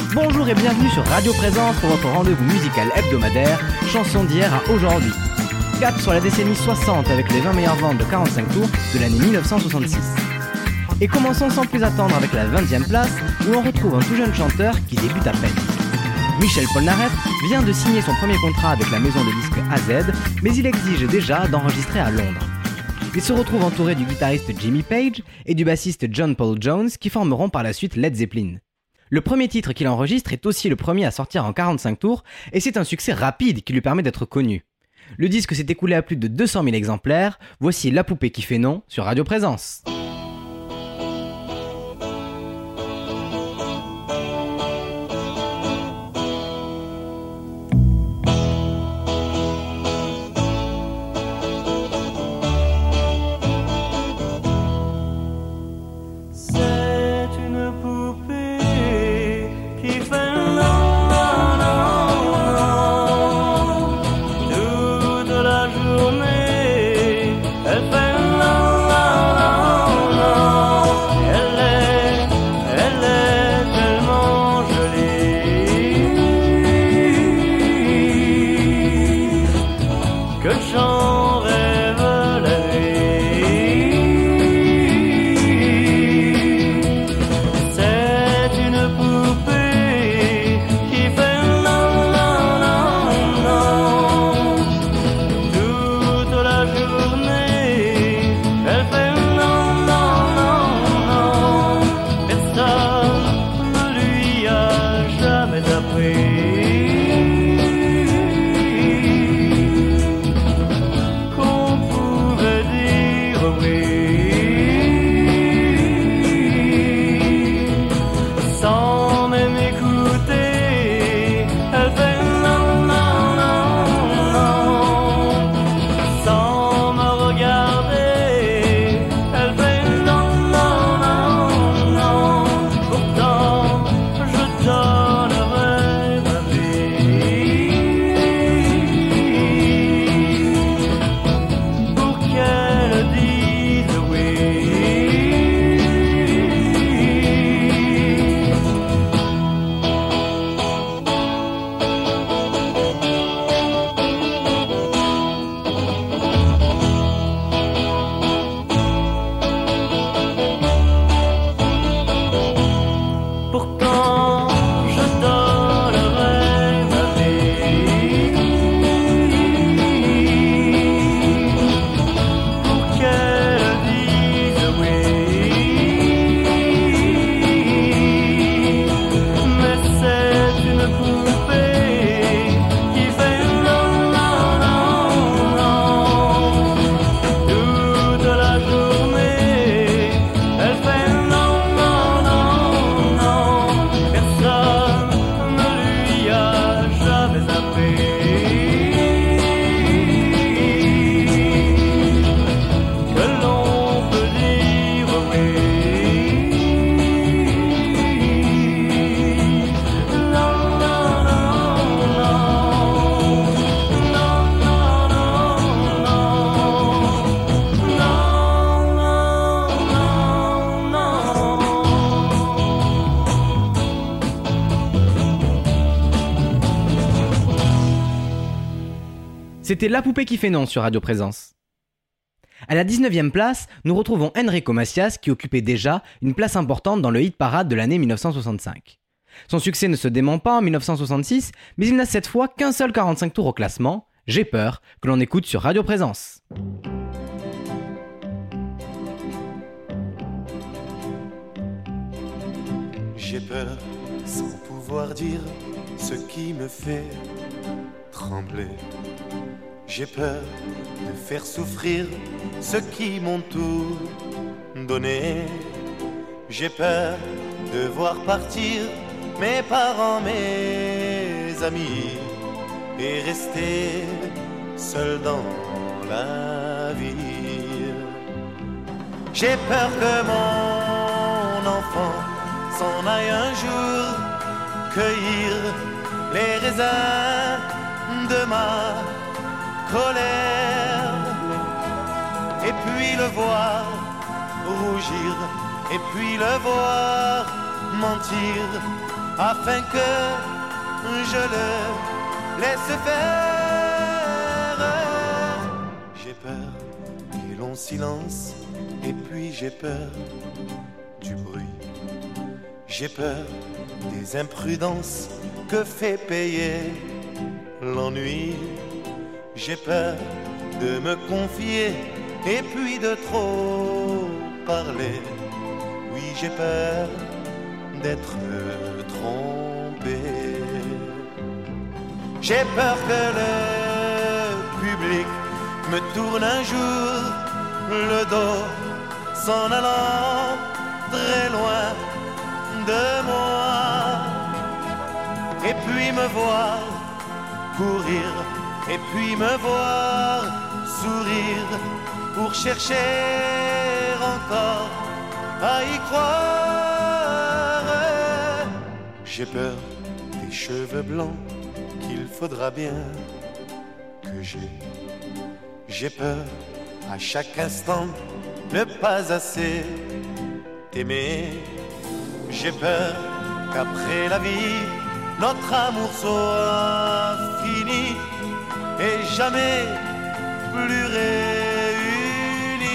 Bonjour et bienvenue sur Radio Présence pour votre rendez-vous musical hebdomadaire, chansons d'hier à aujourd'hui. Cap sur la décennie 60 avec les 20 meilleures ventes de 45 tours de l'année 1966. Et commençons sans plus attendre avec la 20e place où on retrouve un tout jeune chanteur qui débute à peine. Michel Polnareff vient de signer son premier contrat avec la maison de disques AZ, mais il exige déjà d'enregistrer à Londres. Il se retrouve entouré du guitariste Jimmy Page et du bassiste John Paul Jones qui formeront par la suite Led Zeppelin. Le premier titre qu'il enregistre est aussi le premier à sortir en 45 tours et c'est un succès rapide qui lui permet d'être connu. Le disque s'est écoulé à plus de 200 000 exemplaires, voici La Poupée qui fait non sur Radio Présence. C'était La Poupée qui fait non sur Radio Présence. À la 19e place, nous retrouvons Enrico Macias qui occupait déjà une place importante dans le hit parade de l'année 1965. Son succès ne se dément pas en 1966, mais il n'a cette fois qu'un seul 45 tours au classement, J'ai peur, que l'on écoute sur Radio Présence. J'ai peur sans pouvoir dire ce qui me fait trembler. J'ai peur de faire souffrir ceux qui m'ont tout donné. J'ai peur de voir partir mes parents, mes amis, et rester seul dans la vie. J'ai peur que mon enfant s'en aille un jour cueillir les raisins de ma colère, et puis le voir rougir, et puis le voir mentir afin que je le laisse faire. J'ai peur des longs silences et puis j'ai peur du bruit. J'ai peur des imprudences que fait payer l'ennui. J'ai peur de me confier et puis de trop parler. Oui, j'ai peur d'être trompé. J'ai peur que le public me tourne un jour le dos, s'en allant très loin de moi, et puis me voir courir, et puis me voir sourire, pour chercher encore à y croire. J'ai peur des cheveux blancs qu'il faudra bien que j'ai peur à chaque instant ne pas assez t'aimer. J'ai peur qu'après la vie notre amour soit fini et jamais plus réuni.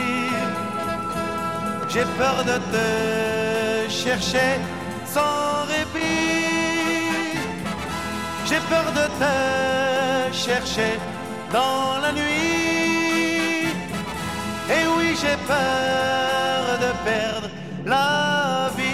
J'ai peur de te chercher sans répit. J'ai peur de te chercher dans la nuit. Et oui, j'ai peur de perdre la vie.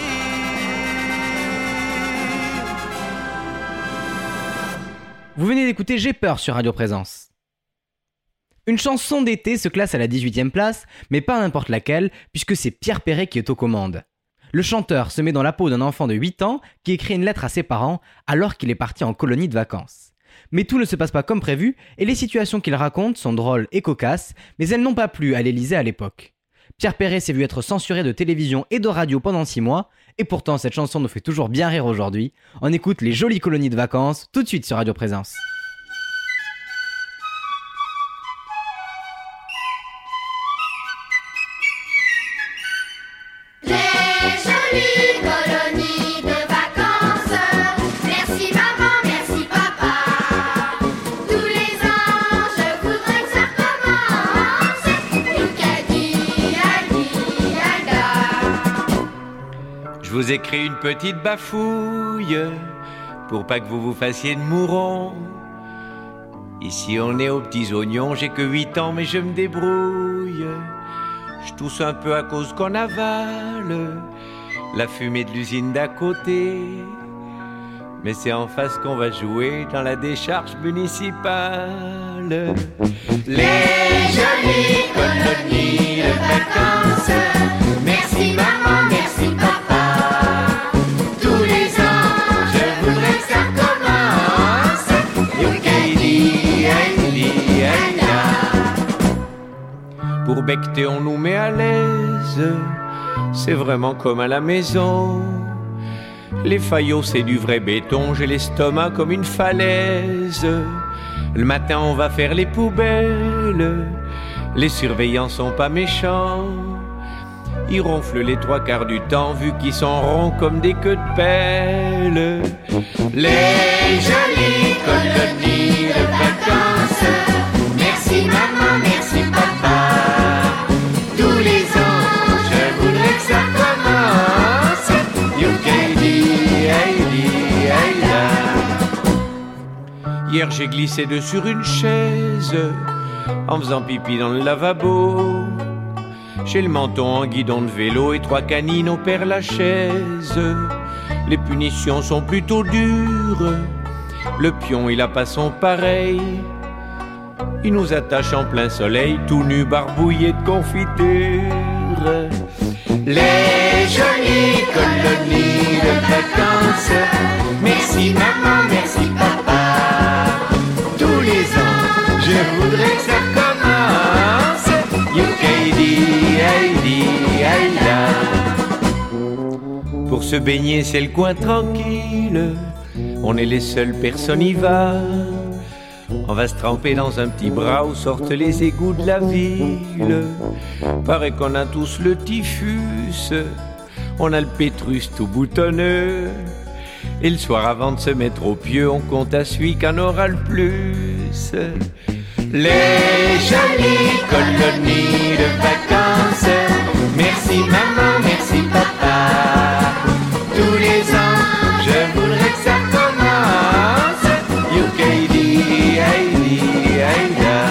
Vous venez d'écouter J'ai peur sur Radio Présence. Une chanson d'été se classe à la 18e place, mais pas n'importe laquelle, puisque c'est Pierre Perret qui est aux commandes. Le chanteur se met dans la peau d'un enfant de 8 ans qui écrit une lettre à ses parents alors qu'il est parti en colonie de vacances. Mais tout ne se passe pas comme prévu, et les situations qu'il raconte sont drôles et cocasses, mais elles n'ont pas plu à l'Élysée à l'époque. Pierre Perret s'est vu être censuré de télévision et de radio pendant 6 mois, et pourtant cette chanson nous fait toujours bien rire aujourd'hui. On écoute Les Jolies Colonies de Vacances tout de suite sur Radio Présence. Je vous écris une petite bafouille pour pas que vous vous fassiez de mourons. Ici on est aux petits oignons, j'ai que 8 ans mais je me débrouille. Je tousse un peu à cause qu'on avale la fumée de l'usine d'à côté. Mais c'est en face qu'on va jouer dans la décharge municipale. Les jolies colonies de vacances, merci maman, merci papa. Pour becter on nous met à l'aise, c'est vraiment comme à la maison. Les faillots c'est du vrai béton, j'ai l'estomac comme une falaise. Le matin on va faire les poubelles, les surveillants sont pas méchants. Ils ronflent les 3/4 du temps vu qu'ils sont ronds comme des queues de pelle. Les jolies colonies de vacances, merci maman, merci papa. Tous les ans, je voudrais que ça commence. Hier j'ai glissé sur une chaise en faisant pipi dans le lavabo. J'ai le menton en guidon de vélo et 3 canines au Père-Lachaise. Les punitions sont plutôt dures, le pion il a pas son pareil. Il nous attache en plein soleil, tout nu, barbouillé de confiture. Les jolies colonies de vacances, merci maman, merci papa. Tous les ans, je voudrais que ça recommence. Youkaidi, Heidi, Aïda. Pour se baigner, c'est le coin tranquille. On est les seules, personne y va. On va se tremper dans un petit bras où sortent les égouts de la ville. Paraît qu'on a tous le typhus, on a le pétrus tout boutonneux. Et le soir avant de se mettre au pieu, on compte à celui qu'en aura le plus. Les jolies colonies de vacances. Merci maman, merci papa. Tous les ans, je voudrais que ça commence. Youkaidi, Heidi, Heida.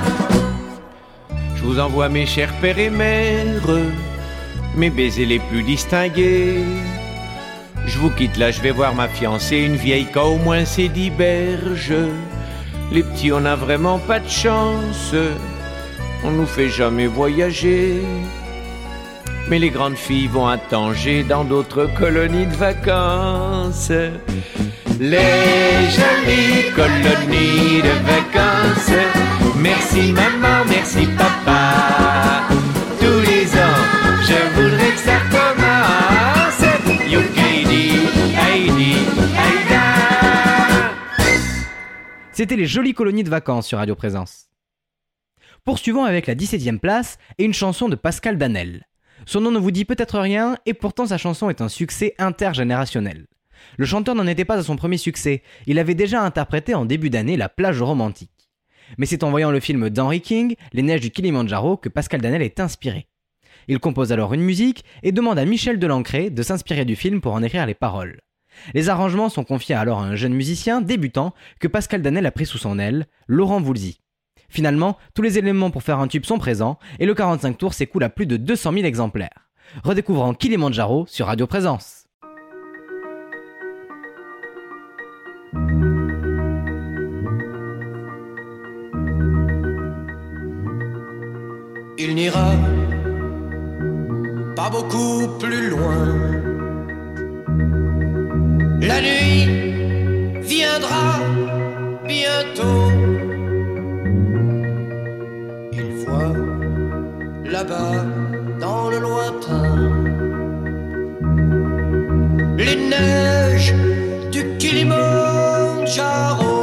Je vous envoie mes chers pères et mères, mes baisers les plus distingués. Je vous quitte là, je vais voir ma fiancée, une vieille qu'a au moins ses 10 berges. Les petits, on n'a vraiment pas de chance, on nous fait jamais voyager. Mais les grandes filles vont à Tanger, dans d'autres colonies de vacances. Les jolies colonies de vacances. Merci maman, merci papa. Tous les ans, je voudrais que ça commence. Youkaidi, Heidi, Heida. C'était les jolies colonies de vacances sur Radio Présence. Poursuivons avec la 17e place et une chanson de Pascal Danel. Son nom ne vous dit peut-être rien et pourtant sa chanson est un succès intergénérationnel. Le chanteur n'en était pas à son premier succès, il avait déjà interprété en début d'année La plage romantique. Mais c'est en voyant le film d'Henry King, Les neiges du Kilimandjaro, que Pascal Danel est inspiré. Il compose alors une musique et demande à Michel Delancret de s'inspirer du film pour en écrire les paroles. Les arrangements sont confiés alors à un jeune musicien débutant que Pascal Danel a pris sous son aile, Laurent Voulzy. Finalement, tous les éléments pour faire un tube sont présents et le 45 tours s'écoule à plus de 200 000 exemplaires. Redécouvrant Kilimandjaro sur Radio Présence. Il n'ira pas beaucoup plus loin. La nuit viendra bientôt. Il voit là-bas dans le lointain les neiges du Kilimandjaro.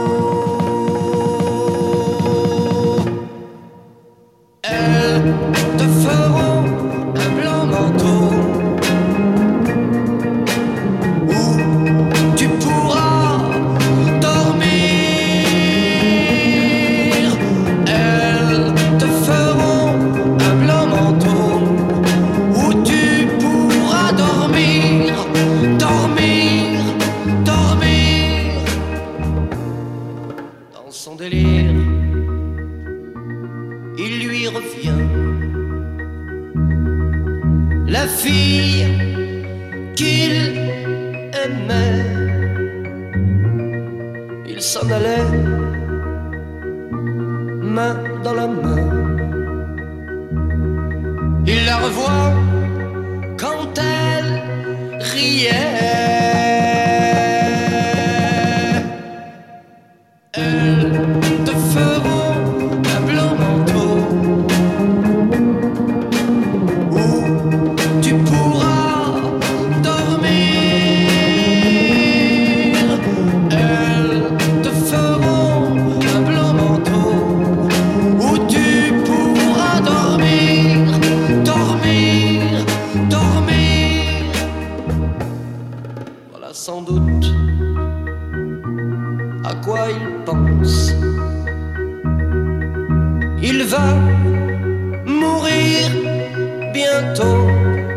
Elles te feront un blanc manteau où tu pourras dormir. Elles te feront un blanc manteau où tu pourras dormir, dormir, dormir. Dans son délire, il lui revient la fille qu'il aimait. Il s'en allait, main dans la main. Il la revoit quand elle riait. Elles te feront un blanc manteau où tu pourras dormir. Elles te feront un blanc manteau où tu pourras dormir, dormir, dormir. Voilà sans doute à quoi il pense. Il va mourir bientôt.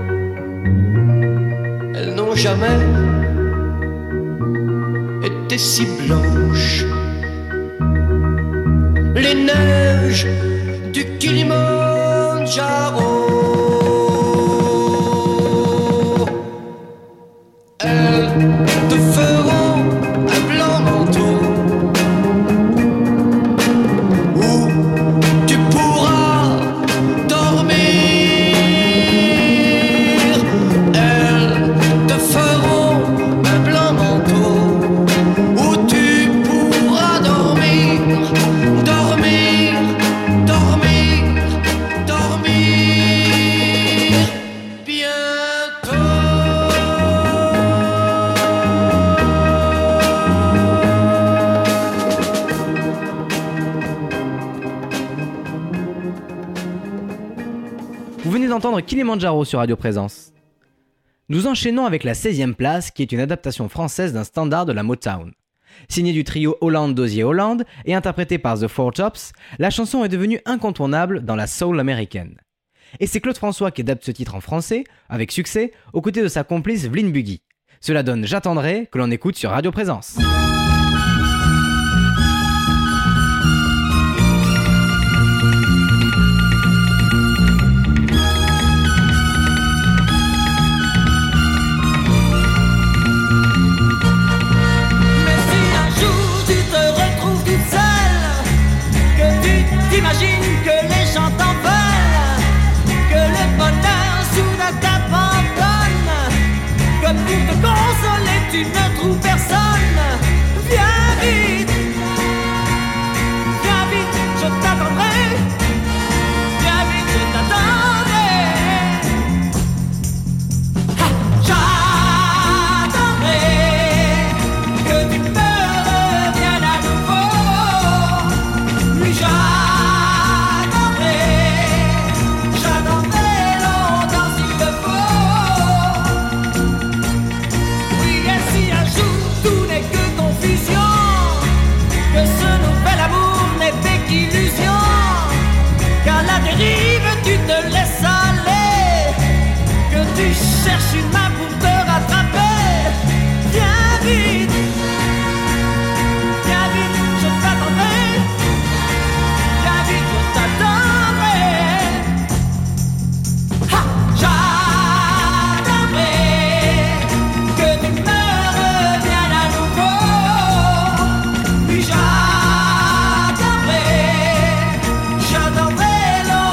Elles n'ont jamais été si blanches. Les neiges du Kilimandjaro. Elles te feront un blanc manteau où tu pourras dormir. Elles te feront un blanc manteau où tu pourras dormir, dormir, dormir, dormir bientôt. Vous venez d'entendre Kilimandjaro sur Radio Présence. Nous enchaînons avec la 16e place, qui est une adaptation française d'un standard de la Motown. Signée du trio Holland-Dozier-Holland et interprétée par The Four Tops, la chanson est devenue incontournable dans la soul américaine. Et c'est Claude François qui adapte ce titre en français, avec succès, aux côtés de sa complice Vlyn Buggy. Cela donne J'attendrai, que l'on écoute sur Radio Présence. T'imagines que les gens t'en veulent, que le bonheur soudain t'abandonne. Comme pour te consoler, tu ne trouves personne. Viens vite, je t'attendrai. Viens vite, je t'attendrai. J'attendrai que tu me reviennes à nouveau. Oui, tu te laisses aller, que tu cherches une main pour te rattraper. Viens vite, je t'attendrai. Viens vite, je t'attendrai. Ha! J'attendrai que tu me reviennes à nouveau. Oui, j'attendrai.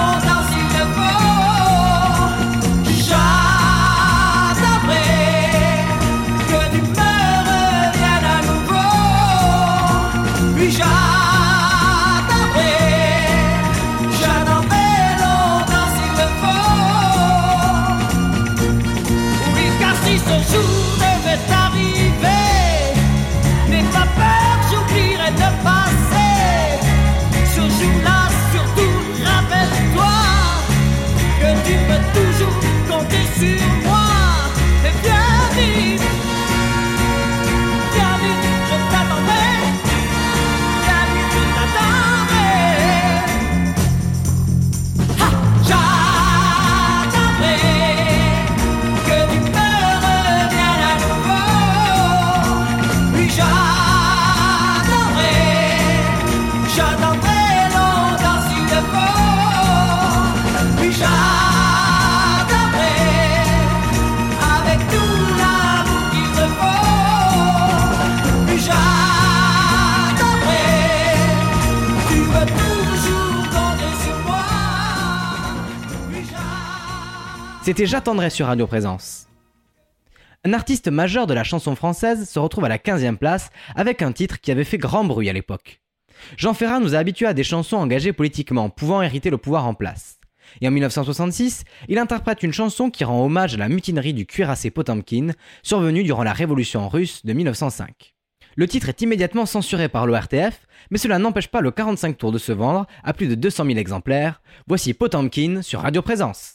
C'était J'attendrai sur Radio Présence. Un artiste majeur de la chanson française se retrouve à la 15e place avec un titre qui avait fait grand bruit à l'époque. Jean Ferrat nous a habitués à des chansons engagées politiquement, pouvant hériter le pouvoir en place. Et en 1966, il interprète une chanson qui rend hommage à la mutinerie du cuirassé Potemkin, survenue durant la révolution russe de 1905. Le titre est immédiatement censuré par l'ORTF, mais cela n'empêche pas le 45 tours de se vendre à plus de 200 000 exemplaires. Voici Potemkin sur Radio Présence.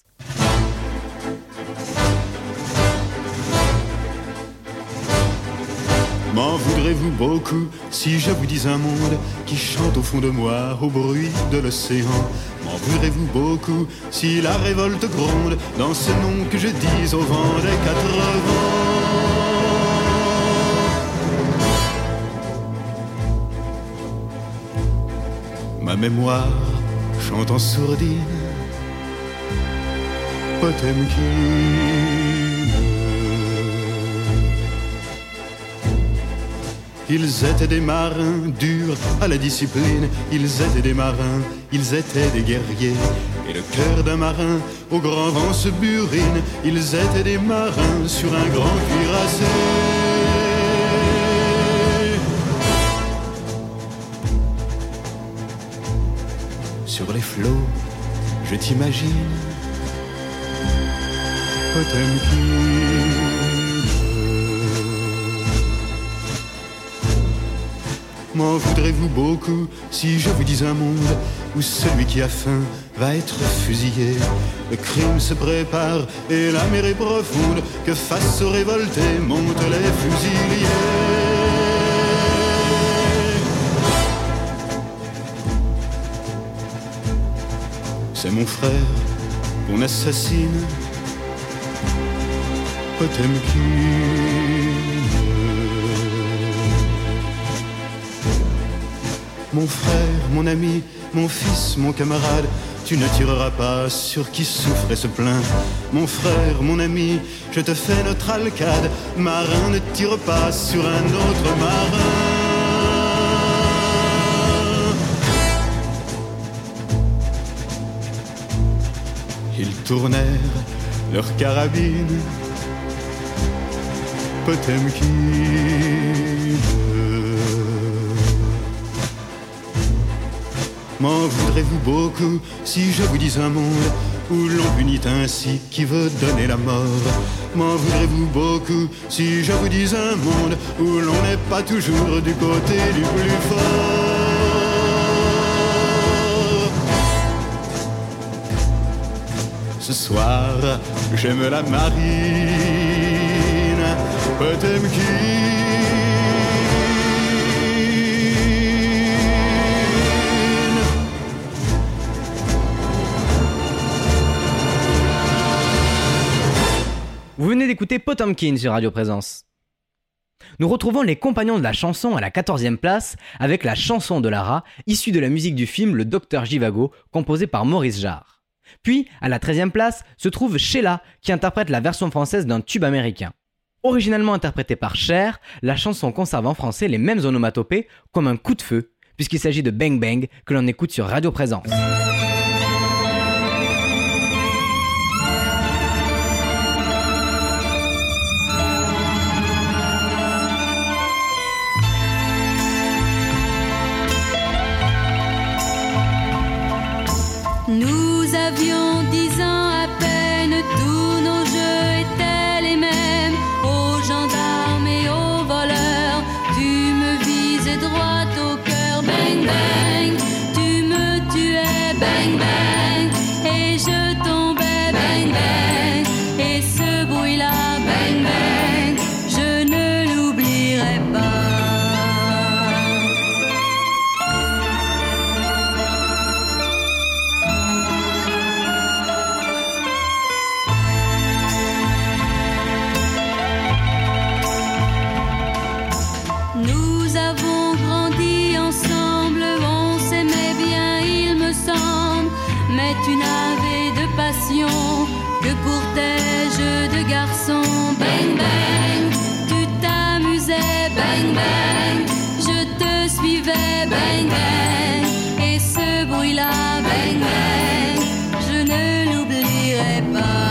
M'en voudrez-vous beaucoup si je vous dis un monde qui chante au fond de moi au bruit de l'océan? M'en voudrez-vous beaucoup si la révolte gronde dans ce nom que je dis au vent des 4 vents? Ma mémoire chante en sourdine Potemkin. Ils étaient des marins durs à la discipline, ils étaient des marins, ils étaient des guerriers. Et le cœur d'un marin au grand vent se burine, ils étaient des marins sur un grand cuirassé. Sur les flots, je t'imagine, Potemkin. M'en voudrez-vous beaucoup si je vous dis un monde où celui qui a faim va être fusillé. Le crime se prépare et la mer est profonde, que face aux révoltés montent les fusiliers. C'est mon frère qu'on assassine, Potemkin. Mon frère, mon ami, mon fils, mon camarade, tu ne tireras pas sur qui souffre et se plaint. Mon frère, mon ami, je te fais notre alcade. Marin, ne tire pas sur un autre marin. Ils tournèrent leurs carabines, Potemkin. M'en voudrez-vous beaucoup si je vous dis un monde où l'on punit ainsi qui veut donner la mort? M'en voudrez-vous beaucoup si je vous dis un monde où l'on n'est pas toujours du côté du plus fort? Ce soir, j'aime la marine, Potemkin. Vous venez d'écouter Potemkin sur Radio Présence. Nous retrouvons les compagnons de la chanson à la 14e place avec la chanson de Lara, issue de la musique du film Le Docteur Jivago, composée par Maurice Jarre. Puis, à la 13e place, se trouve Sheila, qui interprète la version française d'un tube américain. Originalement interprétée par Cher, la chanson conserve en français les mêmes onomatopées comme un coup de feu, puisqu'il s'agit de Bang Bang que l'on écoute sur Radio Présence. Nous avions 10 ans à peine, tous nos jeux étaient les mêmes. Aux gendarmes et aux voleurs, tu me visais droit au cœur. Bang bang, tu me tuais. Bang bang, et je tombais. Bang bang, et ce bruit-là. Bang bang, je ne l'oublierai pas. Nous avons grandi ensemble, on s'aimait bien, il me semble. Mais tu n'avais de passion que pour tes jeux de garçon. Bang bang, tu t'amusais. Bang bang, je te suivais. Bang bang, et ce bruit-là. Bang bang, je ne l'oublierai pas.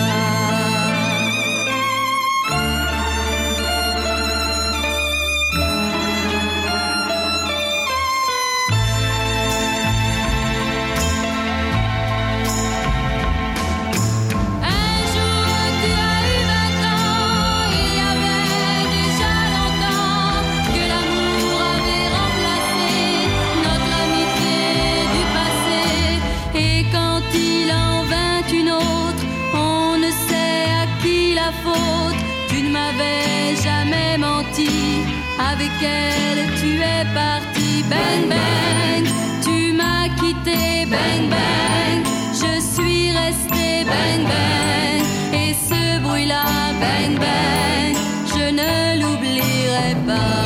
Tu ne m'avais jamais menti, avec elle tu es parti. Bang bang, tu m'as quitté. Bang bang, je suis resté. Bang bang, et ce bruit-là. Bang bang, je ne l'oublierai pas.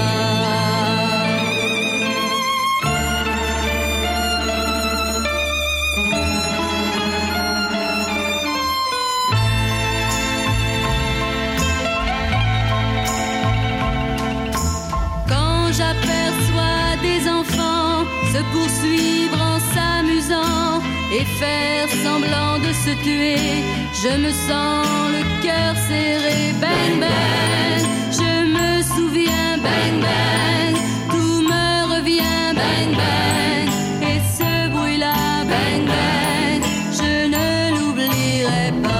J'aperçois des enfants se poursuivre en s'amusant et faire semblant de se tuer. Je me sens le cœur serré. Bang bang, je me souviens. Bang bang, tout me revient. Bang bang, et ce bruit-là. Bang bang, je ne l'oublierai pas.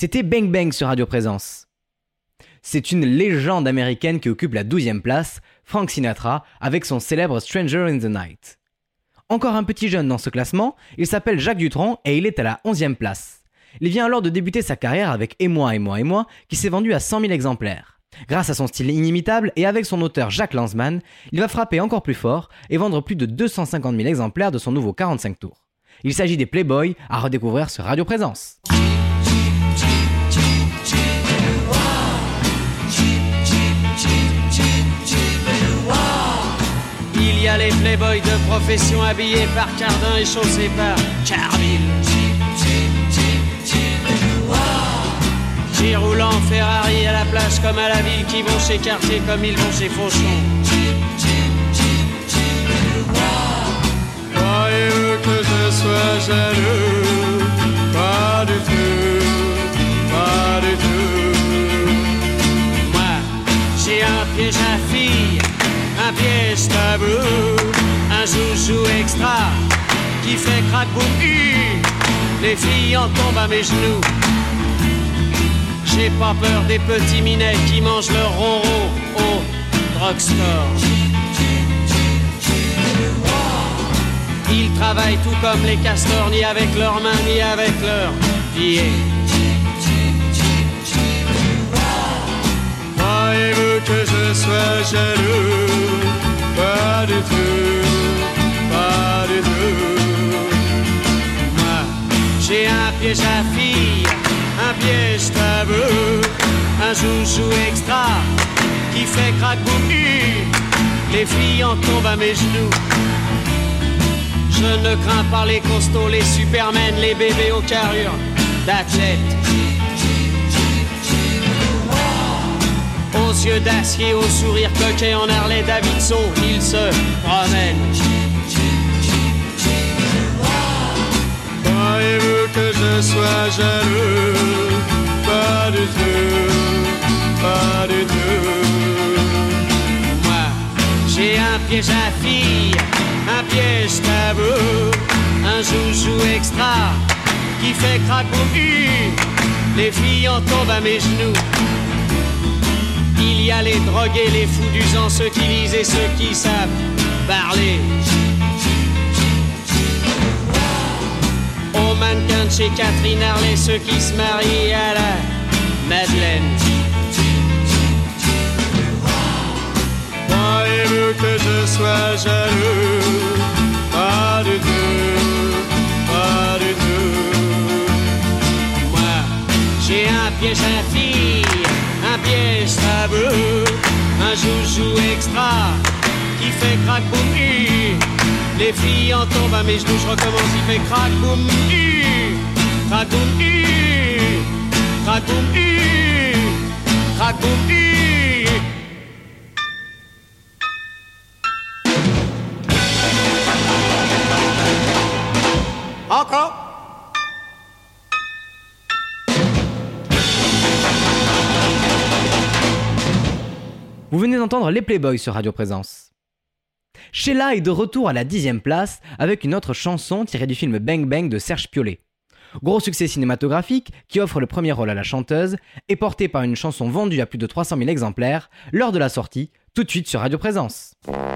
C'était Bang Bang sur Radio Présence. C'est une légende américaine qui occupe la 12e place, Frank Sinatra, avec son célèbre Stranger in the Night. Encore un petit jeune dans ce classement, il s'appelle Jacques Dutronc et il est à la 11e place. Il vient alors de débuter sa carrière avec Et moi, qui s'est vendu à 100 000 exemplaires. Grâce à son style inimitable et avec son auteur Jacques Lanzmann, il va frapper encore plus fort et vendre plus de 250 000 exemplaires de son nouveau 45 tours. Il s'agit des Playboys à redécouvrir sur Radio Présence. Il y a les Playboys de profession habillés par Cardin et chaussés par Carville. Qui roulent en Ferrari à la plage comme à la ville, qui vont chez Cartier comme ils vont chez Fauchon. Croyez-vous que je sois jaloux? Pas du tout, pas du tout. Moi, j'ai un piège à fille, un piège tabou, un joujou extra qui fait crack boum. Les filles en tombent à mes genoux. J'ai pas peur des petits minets qui mangent leur ronron au drugstore. Ils travaillent tout comme les castors, ni avec leurs mains, ni avec leurs pieds. Croyez-vous que je sois jaloux? Pas du tout, pas du tout. Moi, j'ai un piège à filles, un piège tabou, un joujou extra qui fait crack boum. Les filles en tombent à mes genoux. Je ne crains pas les costauds, les supermen, les bébés aux carrures d'athlètes. Aux yeux d'acier, au sourire coquet en Harley Davidson, ils se promènent. Croyez-vous que je sois jaloux? Pas du tout, pas du tout. Moi, j'ai un piège à filles, un piège tabou, un joujou extra qui fait crack boum. Les filles en tombent à mes genoux. Il y a les drogués, les fous du sang, ceux qui lisent et ceux qui savent parler. Aux mannequins de chez Catherine Harley, ceux qui se marient à la Madeleine. Croyez-vous que je sois jaloux? Pas du tout, pas du tout. Moi, j'ai un piège à filles, un piège tabou, un joujou extra qui fait crack boum. Les filles en tombent à mes genoux, je recommence, il fait crack boum. Crack boum, crack boum, crack boum. Encore. Vous venez d'entendre les Playboys sur Radio Présence. Sheila est de retour à la 10e place avec une autre chanson tirée du film Bang Bang de Serge Piollet. Gros succès cinématographique qui offre le premier rôle à la chanteuse et porté par une chanson vendue à plus de 300 000 exemplaires lors de la sortie, tout de suite sur Radio Présence.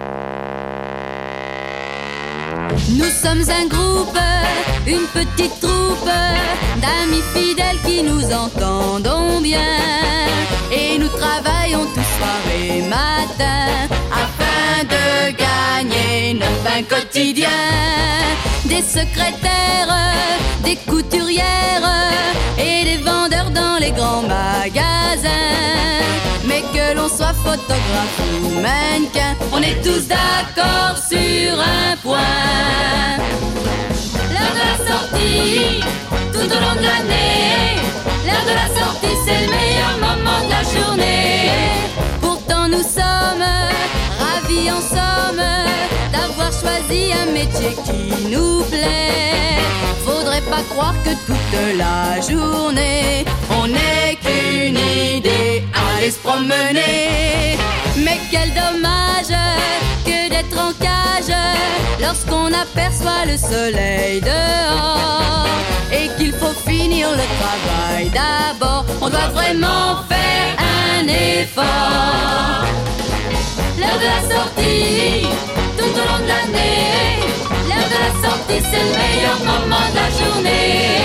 Nous sommes un groupe, une petite troupe d'amis fidèles qui nous entendons bien. Et nous travaillons tous soir et matin afin de gagner notre pain quotidien. Des secrétaires, des couturières et des vendeurs dans les grands magasins. Mais que l'on soit photographe ou mannequin, on est tous d'accord sur un point. L'heure de la sortie, tout au long de l'année. L'heure de la sortie, c'est le meilleur moment de la journée. Pourtant nous sommes ravis en somme d'avoir choisi un métier qui nous plaît. Faudrait pas croire que toute la journée on n'est qu'une idée à aller se promener. Mais quel dommage que d'être en cage courage lorsqu'on aperçoit le soleil dehors et qu'il faut finir le travail d'abord. On doit vraiment faire un effort. L'heure de la sortie, tout au long de l'année. L'heure de la sortie, c'est le meilleur moment de la journée.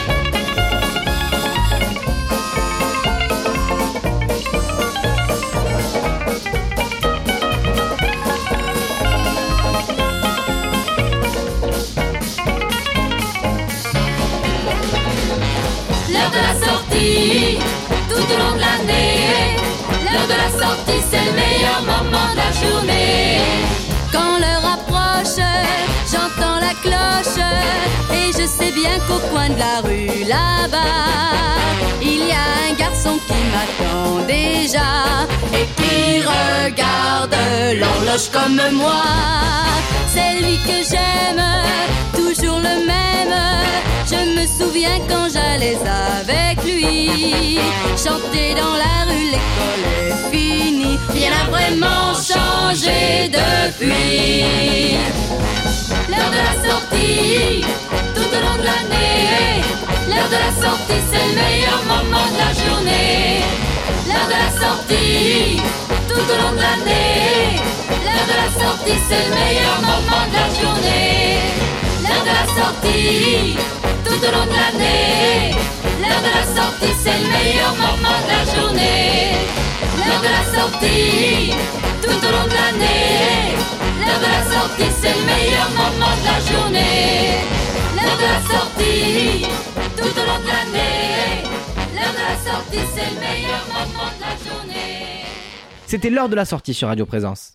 L'heure de la sortie, tout au long de l'année. L'heure de la sortie, c'est le meilleur moment de la journée. Quand l'heure approche, j'entends la cloche et je sais bien qu'au coin de la rue là-bas, il y a un garçon qui m'attend déjà et qui regarde l'horloge comme moi. C'est lui que j'aime, toujours le même. Je me souviens quand j'allais avec lui chanter dans la rue, l'école est finie. Rien n'a vraiment changé depuis. L'heure de la sortie, tout au long de l'année. L'heure de la sortie, c'est le meilleur moment de la journée. L'heure de la sortie, tout au long de l'année. L'heure de la sortie, c'est le meilleur moment de la journée. L'heure de la sortie, tout au long de l'année. L'heure de la sortie, c'est le meilleur moment de la journée. L'heure de la sortie, tout au long de l'année. L'heure de la sortie, c'est le meilleur moment de la journée. L'heure de la sortie, tout au long de l'année. L'heure de la sortie, c'est le meilleur moment de la journée. C'était l'heure de la sortie sur Radio Présence.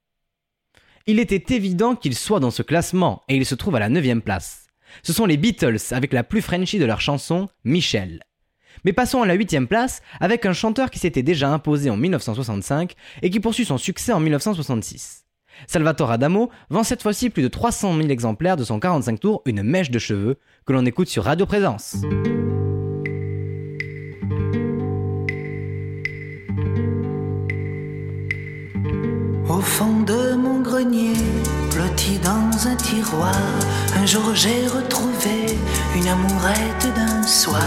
Il était évident qu'il soit dans ce classement et il se trouve à la 9e place. Ce sont les Beatles avec la plus Frenchy de leur chanson, Michel. Mais passons à la 8e place avec un chanteur qui s'était déjà imposé en 1965 et qui poursuit son succès en 1966. Salvatore Adamo vend cette fois-ci plus de 300 000 exemplaires de son 45 tours Une mèche de cheveux que l'on écoute sur Radio Présence. Au fond de mon grenier, blotti dans un tiroir, un jour j'ai retrouvé une amourette d'un soir.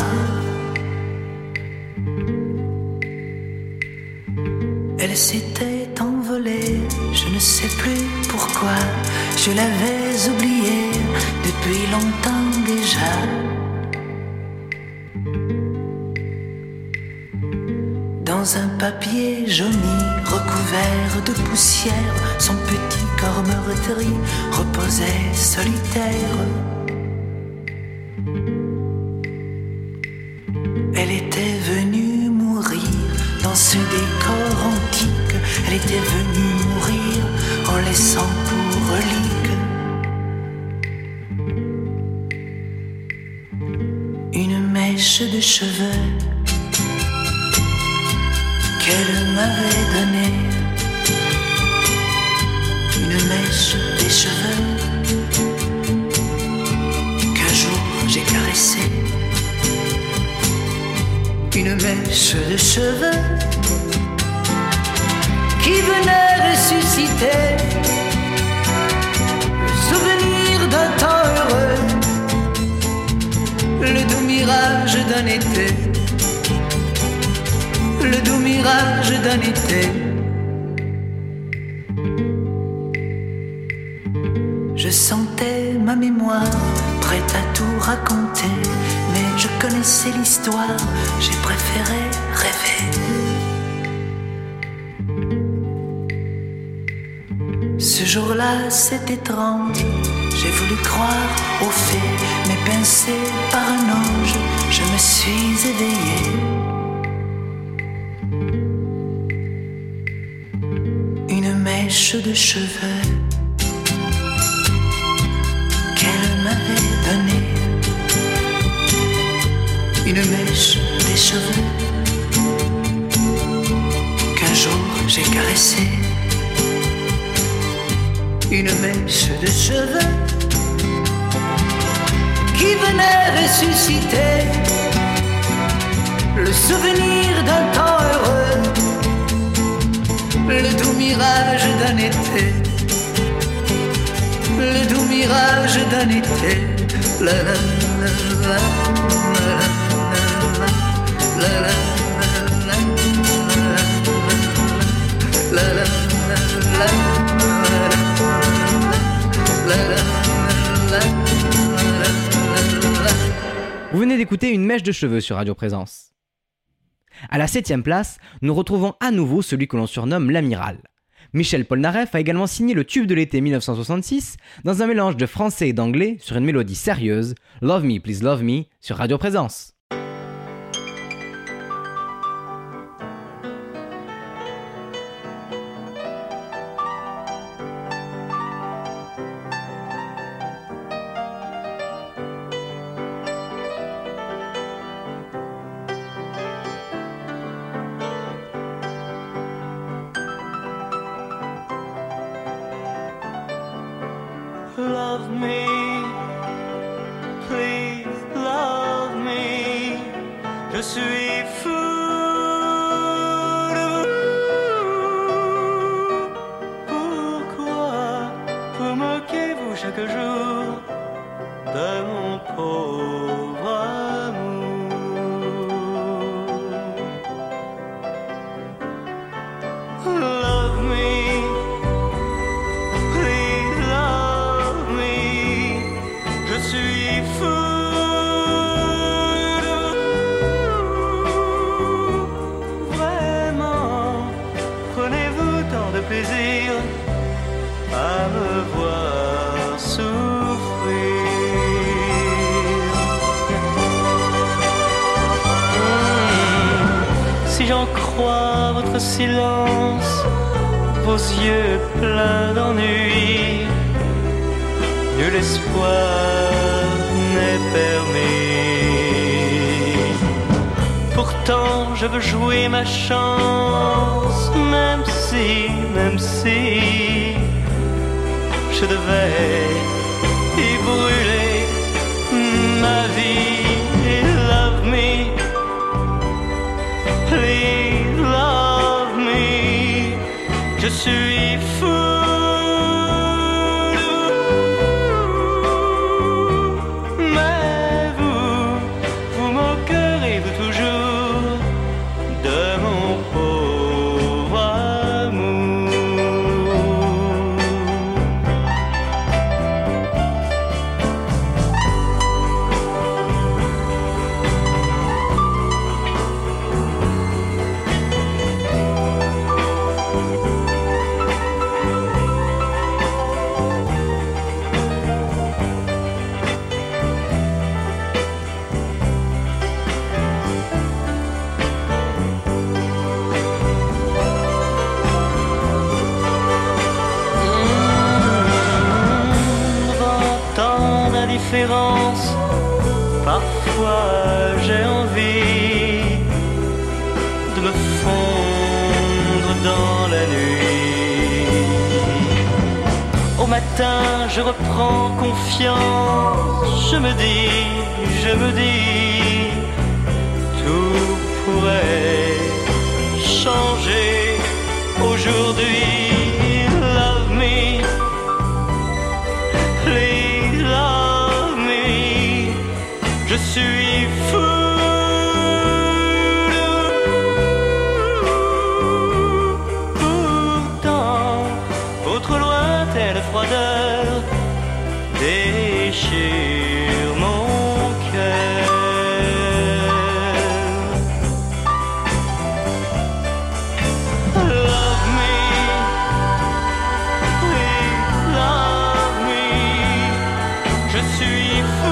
Elle s'était envolée, je ne sais plus pourquoi, je l'avais oubliée depuis longtemps déjà. Dans un papier jauni, recouvert de poussière, son petit corps meurtri reposait solitaire. Elle était venue mourir dans ce décor antique. Elle était venue mourir en laissant pour relique une mèche de cheveux qu'elle m'avait donnée, une mèche des cheveux qu'un jour j'ai caressée, une mèche de cheveux qui venait ressusciter le souvenir d'un temps heureux, le doux mirage d'un été. Le doux mirage d'un été. Je sentais ma mémoire prête à tout raconter, mais je connaissais l'histoire, j'ai préféré rêver. Ce jour-là, c'est étrange, j'ai voulu croire aux fées, mais pincé par un ange, je me suis éveillé. De cheveux qu'elle m'avait donné, une mèche des cheveux qu'un jour j'ai caressé, une mèche de cheveux qui venait ressusciter le souvenir d'un temps heureux, le doux mirage d'un été. mirage d'un été. La la la la la la la Vous venez d'écouter Une mèche de cheveux sur Radio Présence. À la 7ème place, nous retrouvons à nouveau celui que l'on surnomme l'Amiral. Michel Polnareff a également signé le tube de l'été 1966 dans un mélange de français et d'anglais sur une mélodie sérieuse, Love Me Please Love Me sur Radio Présence. Love me, please love me. Je suis fou de vous. Pourquoi vous moquez-vous chaque jour de mon pauvre amour? Love me. Plaisir à me voir souffrir. Si j'en crois votre silence, vos yeux pleins d'ennui, nul espoir n'est permis. Pourtant je veux jouer ma chance, même si je devais y brûler ma vie. Love me, please love me. Je suis fou de vous, mais vous moquerez-vous toujours de mon pauvre amour? Parfois j'ai envie de me fondre dans la nuit. Au matin je reprends confiance, je me dis, tout pourrait changer aujourd'hui. Love me, please love me. Je suis fou de vous. Pourtant, votre lointaine froideur déchire mon cœur. Love me, please love me. Je suis fou.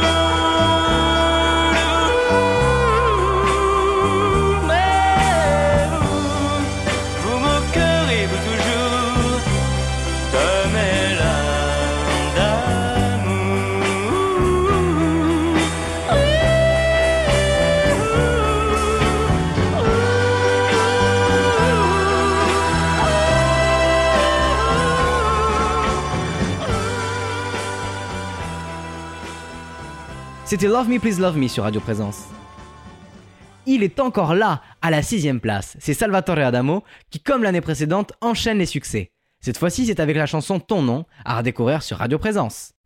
C'était Love Me Please Love Me sur Radio Présence. Il est encore là, à la 6ème place. C'est Salvatore Adamo qui, comme l'année précédente, enchaîne les succès. Cette fois-ci, c'est avec la chanson Ton nom, à redécouvrir sur Radio Présence.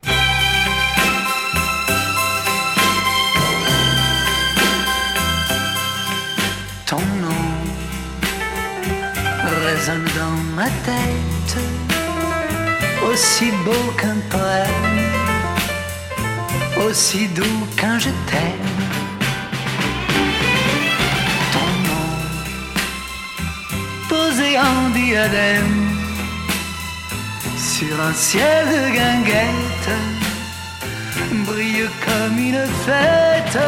Ton nom résonne dans ma tête, aussi beau qu'un poème, aussi doux qu'un je t'aime. Ton nom posé en diadème sur un ciel de guinguette brille comme une fête.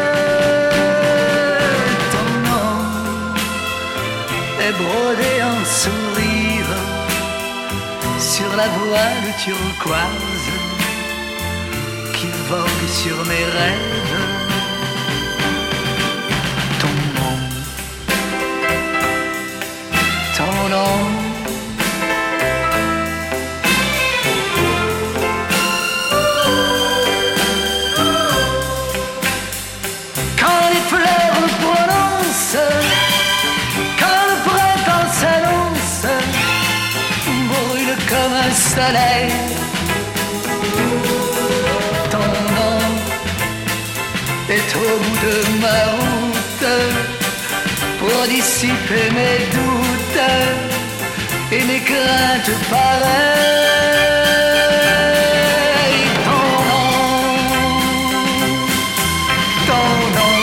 Ton nom est brodé en sourire sur la voile turquoise qui vogue sur mes rêves. Ton nom, ton nom. Quand les fleurs prononcent, quand le printemps s'annonce, brûle comme un soleil. Ton nom est au bout de ma route pour dissiper mes doutes et mes craintes pareilles. Ton nom.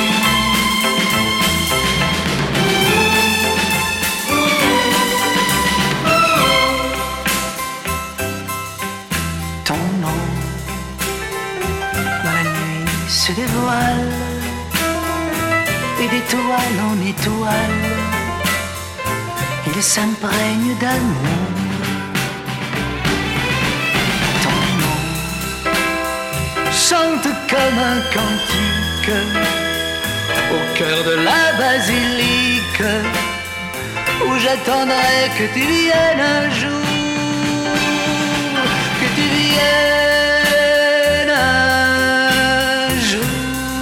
Ton nom, dans la nuit se dévoile et d'étoile en étoile, il s'imprègne d'amour. Ton nom chante comme un cantique au cœur de la basilique où j'attendrai que tu viennes un jour, que tu viennes un jour.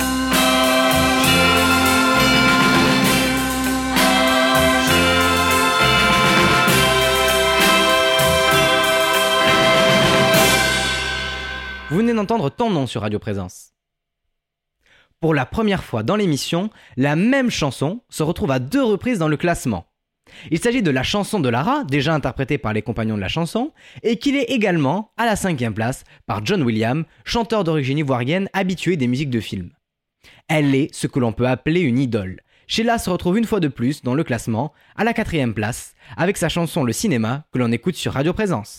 Vous venez d'entendre Ton nom sur Radio Présence. Pour la première fois dans l'émission, la même chanson se retrouve à 2 reprises dans le classement. Il s'agit de la chanson de Lara, déjà interprétée par les Compagnons de la chanson, et qu'il est également à la 5e place par John Williams, chanteur d'origine ivoirienne habitué des musiques de film. Elle est ce que l'on peut appeler une idole. Sheila se retrouve une fois de plus dans le classement, à la 4e place, avec sa chanson Le Cinéma, que l'on écoute sur Radio Présence.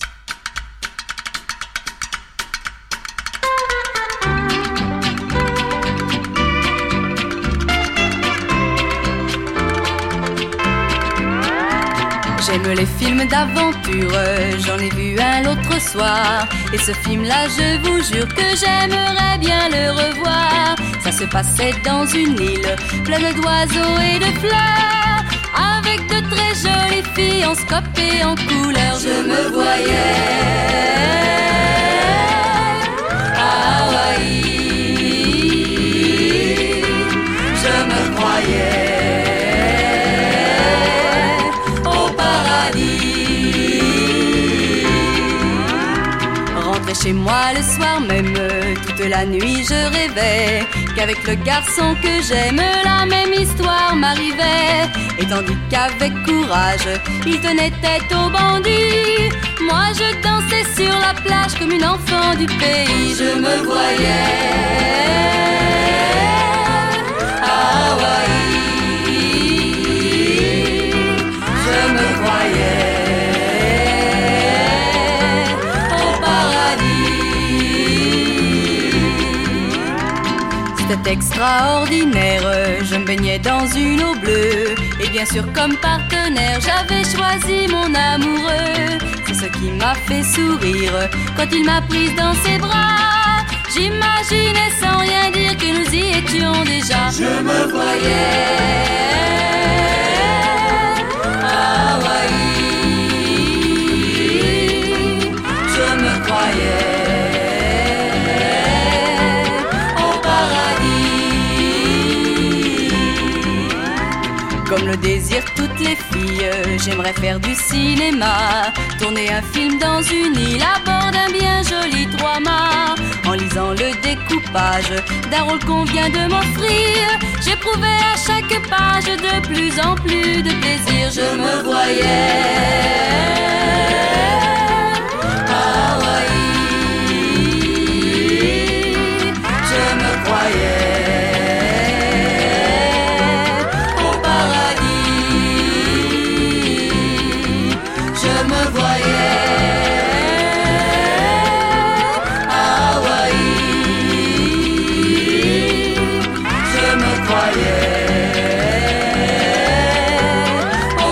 J'aime les films d'aventure, j'en ai vu un l'autre soir. Et ce film-là, je vous jure que j'aimerais bien le revoir. Ça se passait dans une île pleine d'oiseaux et de fleurs, avec de très jolies filles en scope et en couleur. Je me voyais à Hawaï, je me croyais chez moi le soir même, toute la nuit je rêvais qu'avec le garçon que j'aime la même histoire m'arrivait. Et tandis qu'avec courage il tenait tête aux bandits, moi je dansais sur la plage comme une enfant du pays. Je me voyais à Hawaï, je me croyais c'était extraordinaire, je me baignais dans une eau bleue. Et bien sûr comme partenaire j'avais choisi mon amoureux. C'est ce qui m'a fait sourire quand il m'a prise dans ses bras. J'imaginais sans rien dire que nous y étions déjà. Je me voyais à Hawaï, je me croyais comme le désirent toutes les filles, j'aimerais faire du cinéma, tourner un film dans une île à bord d'un bien joli 3-mâts. En lisant le découpage d'un rôle qu'on vient de m'offrir, j'éprouvais à chaque page partage de plus en plus de plaisir. Je me voyais à Hawaï, je me croyais au paradis, je me voyais à Hawaï, je me croyais au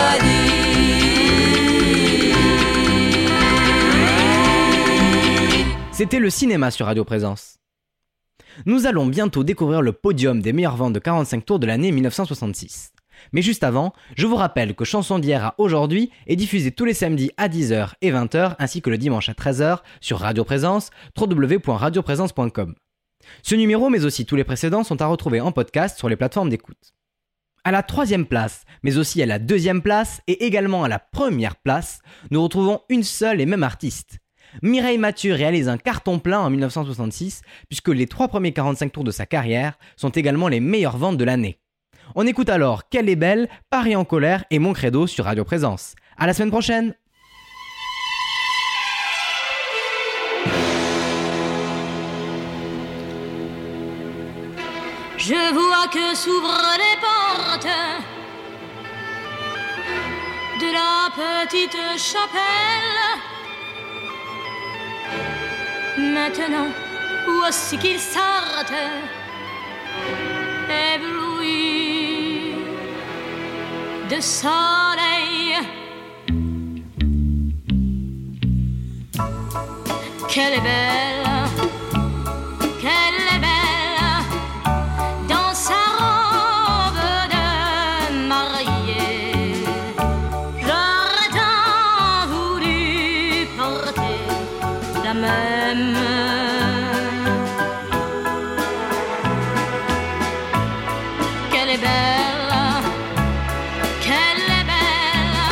paradis. C'était le cinéma sur Radio Présence. Nous allons bientôt découvrir le podium des meilleures ventes de 45 tours de l'année 1966. Mais juste avant, je vous rappelle que Chanson d'hier à aujourd'hui est diffusée tous les samedis à 10h et 20h ainsi que le dimanche à 13h sur Radio Présence, www.radioprésence.com. Ce numéro mais aussi tous les précédents sont à retrouver en podcast sur les plateformes d'écoute. À la 3e place, mais aussi à la 2e place et également à la 1re place, nous retrouvons une seule et même artiste. Mireille Mathieu réalise un carton plein en 1966 puisque les 3 premiers 45 tours de sa carrière sont également les meilleures ventes de l'année. On écoute alors Qu'elle est belle, Paris en colère et Mon Credo sur Radio Présence. À la semaine prochaine. Je vois que s'ouvrent les portes de la petite chapelle. Maintenant, voici qu'ils sortent, éblouis de soleil. Qu'elle est belle, qu'elle est belle, dans sa robe de mariée. J'aurais tant voulu porter la même. Qu'elle est belle, qu'elle est belle,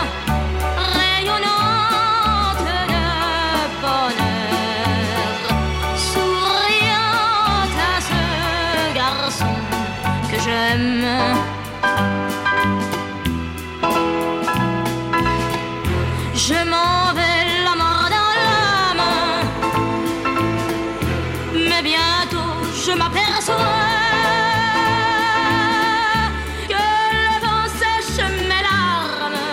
rayonnante de bonheur, souriante à ce garçon que j'aime. Je m'en vais la mort dans l'âme, mais bientôt je m'aperçois que le vent sèche mes larmes,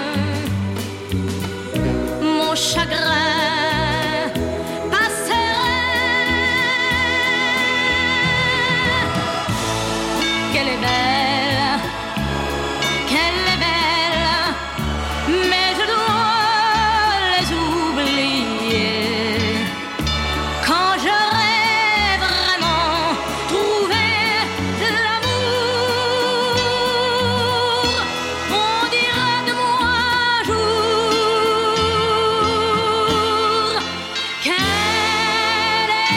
mon chagrin passerait. Qu'elle est belle, qu'elle est belle, mais je dois les oublier quand j'aurai vraiment trouvé l'amour. On dira de moi un jour qu'elle est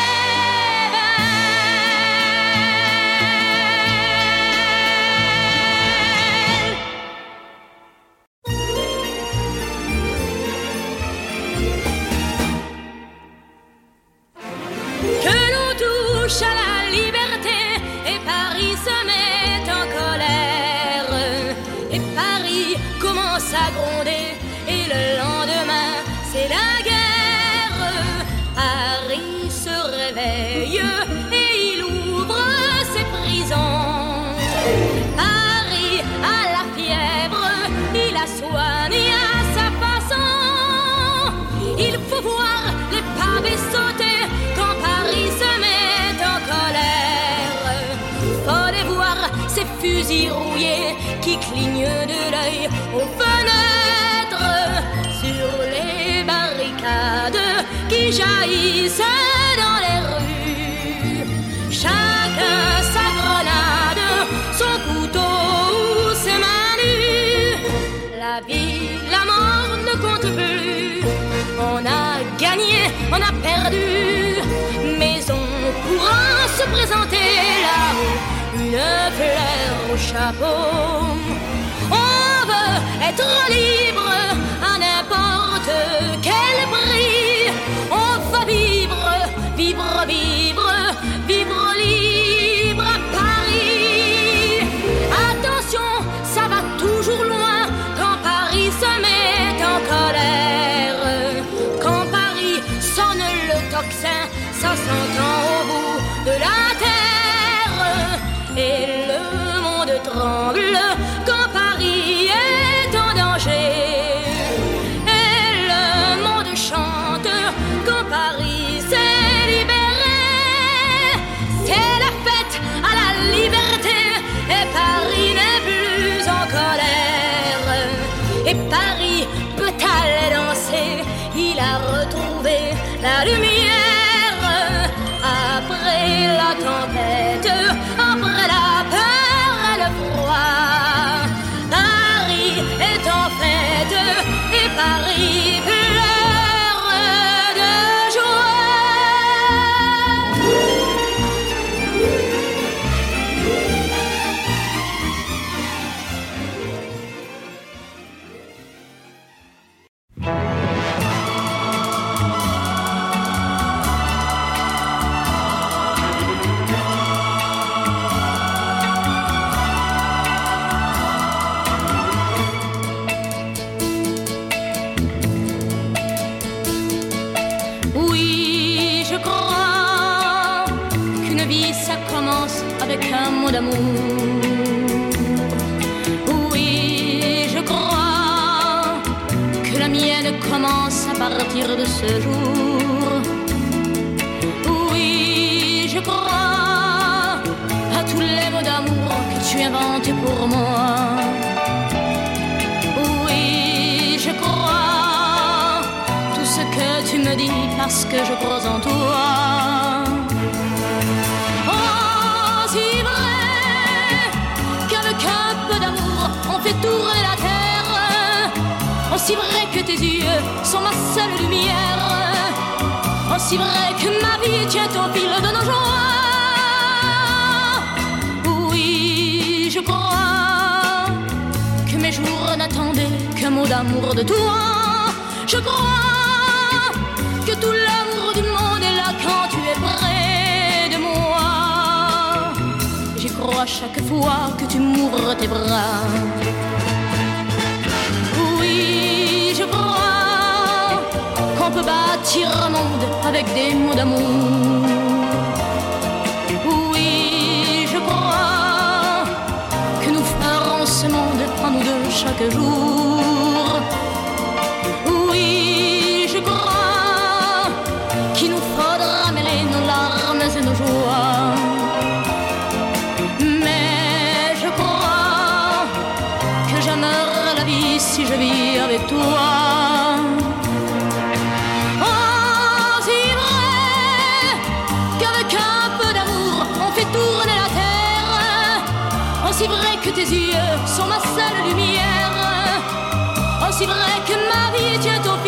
belle. Que l'on touche à la liberté et Paris se met en colère. Et Paris commence à gronder et le lendemain c'est la guerre. Paris se réveille et il ouvre ses prisons. Paris a la fièvre, il la soigne à sa façon. Il faut voir les pavés sauter quand Paris se met en colère. Faut les voir ces fusils rouillés qui clignent de l'œil aux fenêtres, sur les barricades qui jaillissent dans les rues. Chacun sa grenade, son couteau ou ses mains nues. La vie, la mort ne compte plus. On a gagné, on a perdu, mais on pourra se présenter là-haut, une fleur au chapeau. On veut être libre à n'importe quel prix. On va vivre, vivre, vivre, vivre libre à Paris. Attention hurle quand Paris est en danger. Et le monde chante quand Paris s'est libéré. C'est la fête à la liberté et Paris n'est plus en colère. Et Paris peut aller danser, il a retrouvé la lumière. Après la tempête, après la peur et le froid, Paris est en fête et Paris pleure de joie. Oui, je crois qu'une vie ça commence avec un mot d'amour. Oui, je crois que la mienne commence à partir de ce jour. Oui, je crois à tous les mots d'amour que tu inventes pour moi. Oui, je crois tout ce que tu me dis parce que je crois en toi. Oh, si vrai qu'avec un peu d'amour on fait tourner la terre. Aussi vrai que tes yeux sont ma seule lumière. Aussi vrai que ma vie tient au fil de nos joies. Oui, je crois que mes jours n'attendaient qu'un mot d'amour de toi. Je crois que tout l'amour du monde est là quand tu es près de moi. J'y crois chaque fois que tu m'ouvres tes bras. Oui, je crois qu'on peut bâtir un monde avec des mots d'amour. Oui, je crois que nous ferons ce monde en nous deux chaque jour. Oui, je crois qu'il nous faudra mêler nos larmes et nos joies. Mais je crois que j'aimerais la vie si je vis avec toi. Oh, si vrai qu'avec un peu d'amour on fait tourner la terre. Aussi vrai que tes yeux sont ma seule lumière. Aussi vrai que ma vie tient au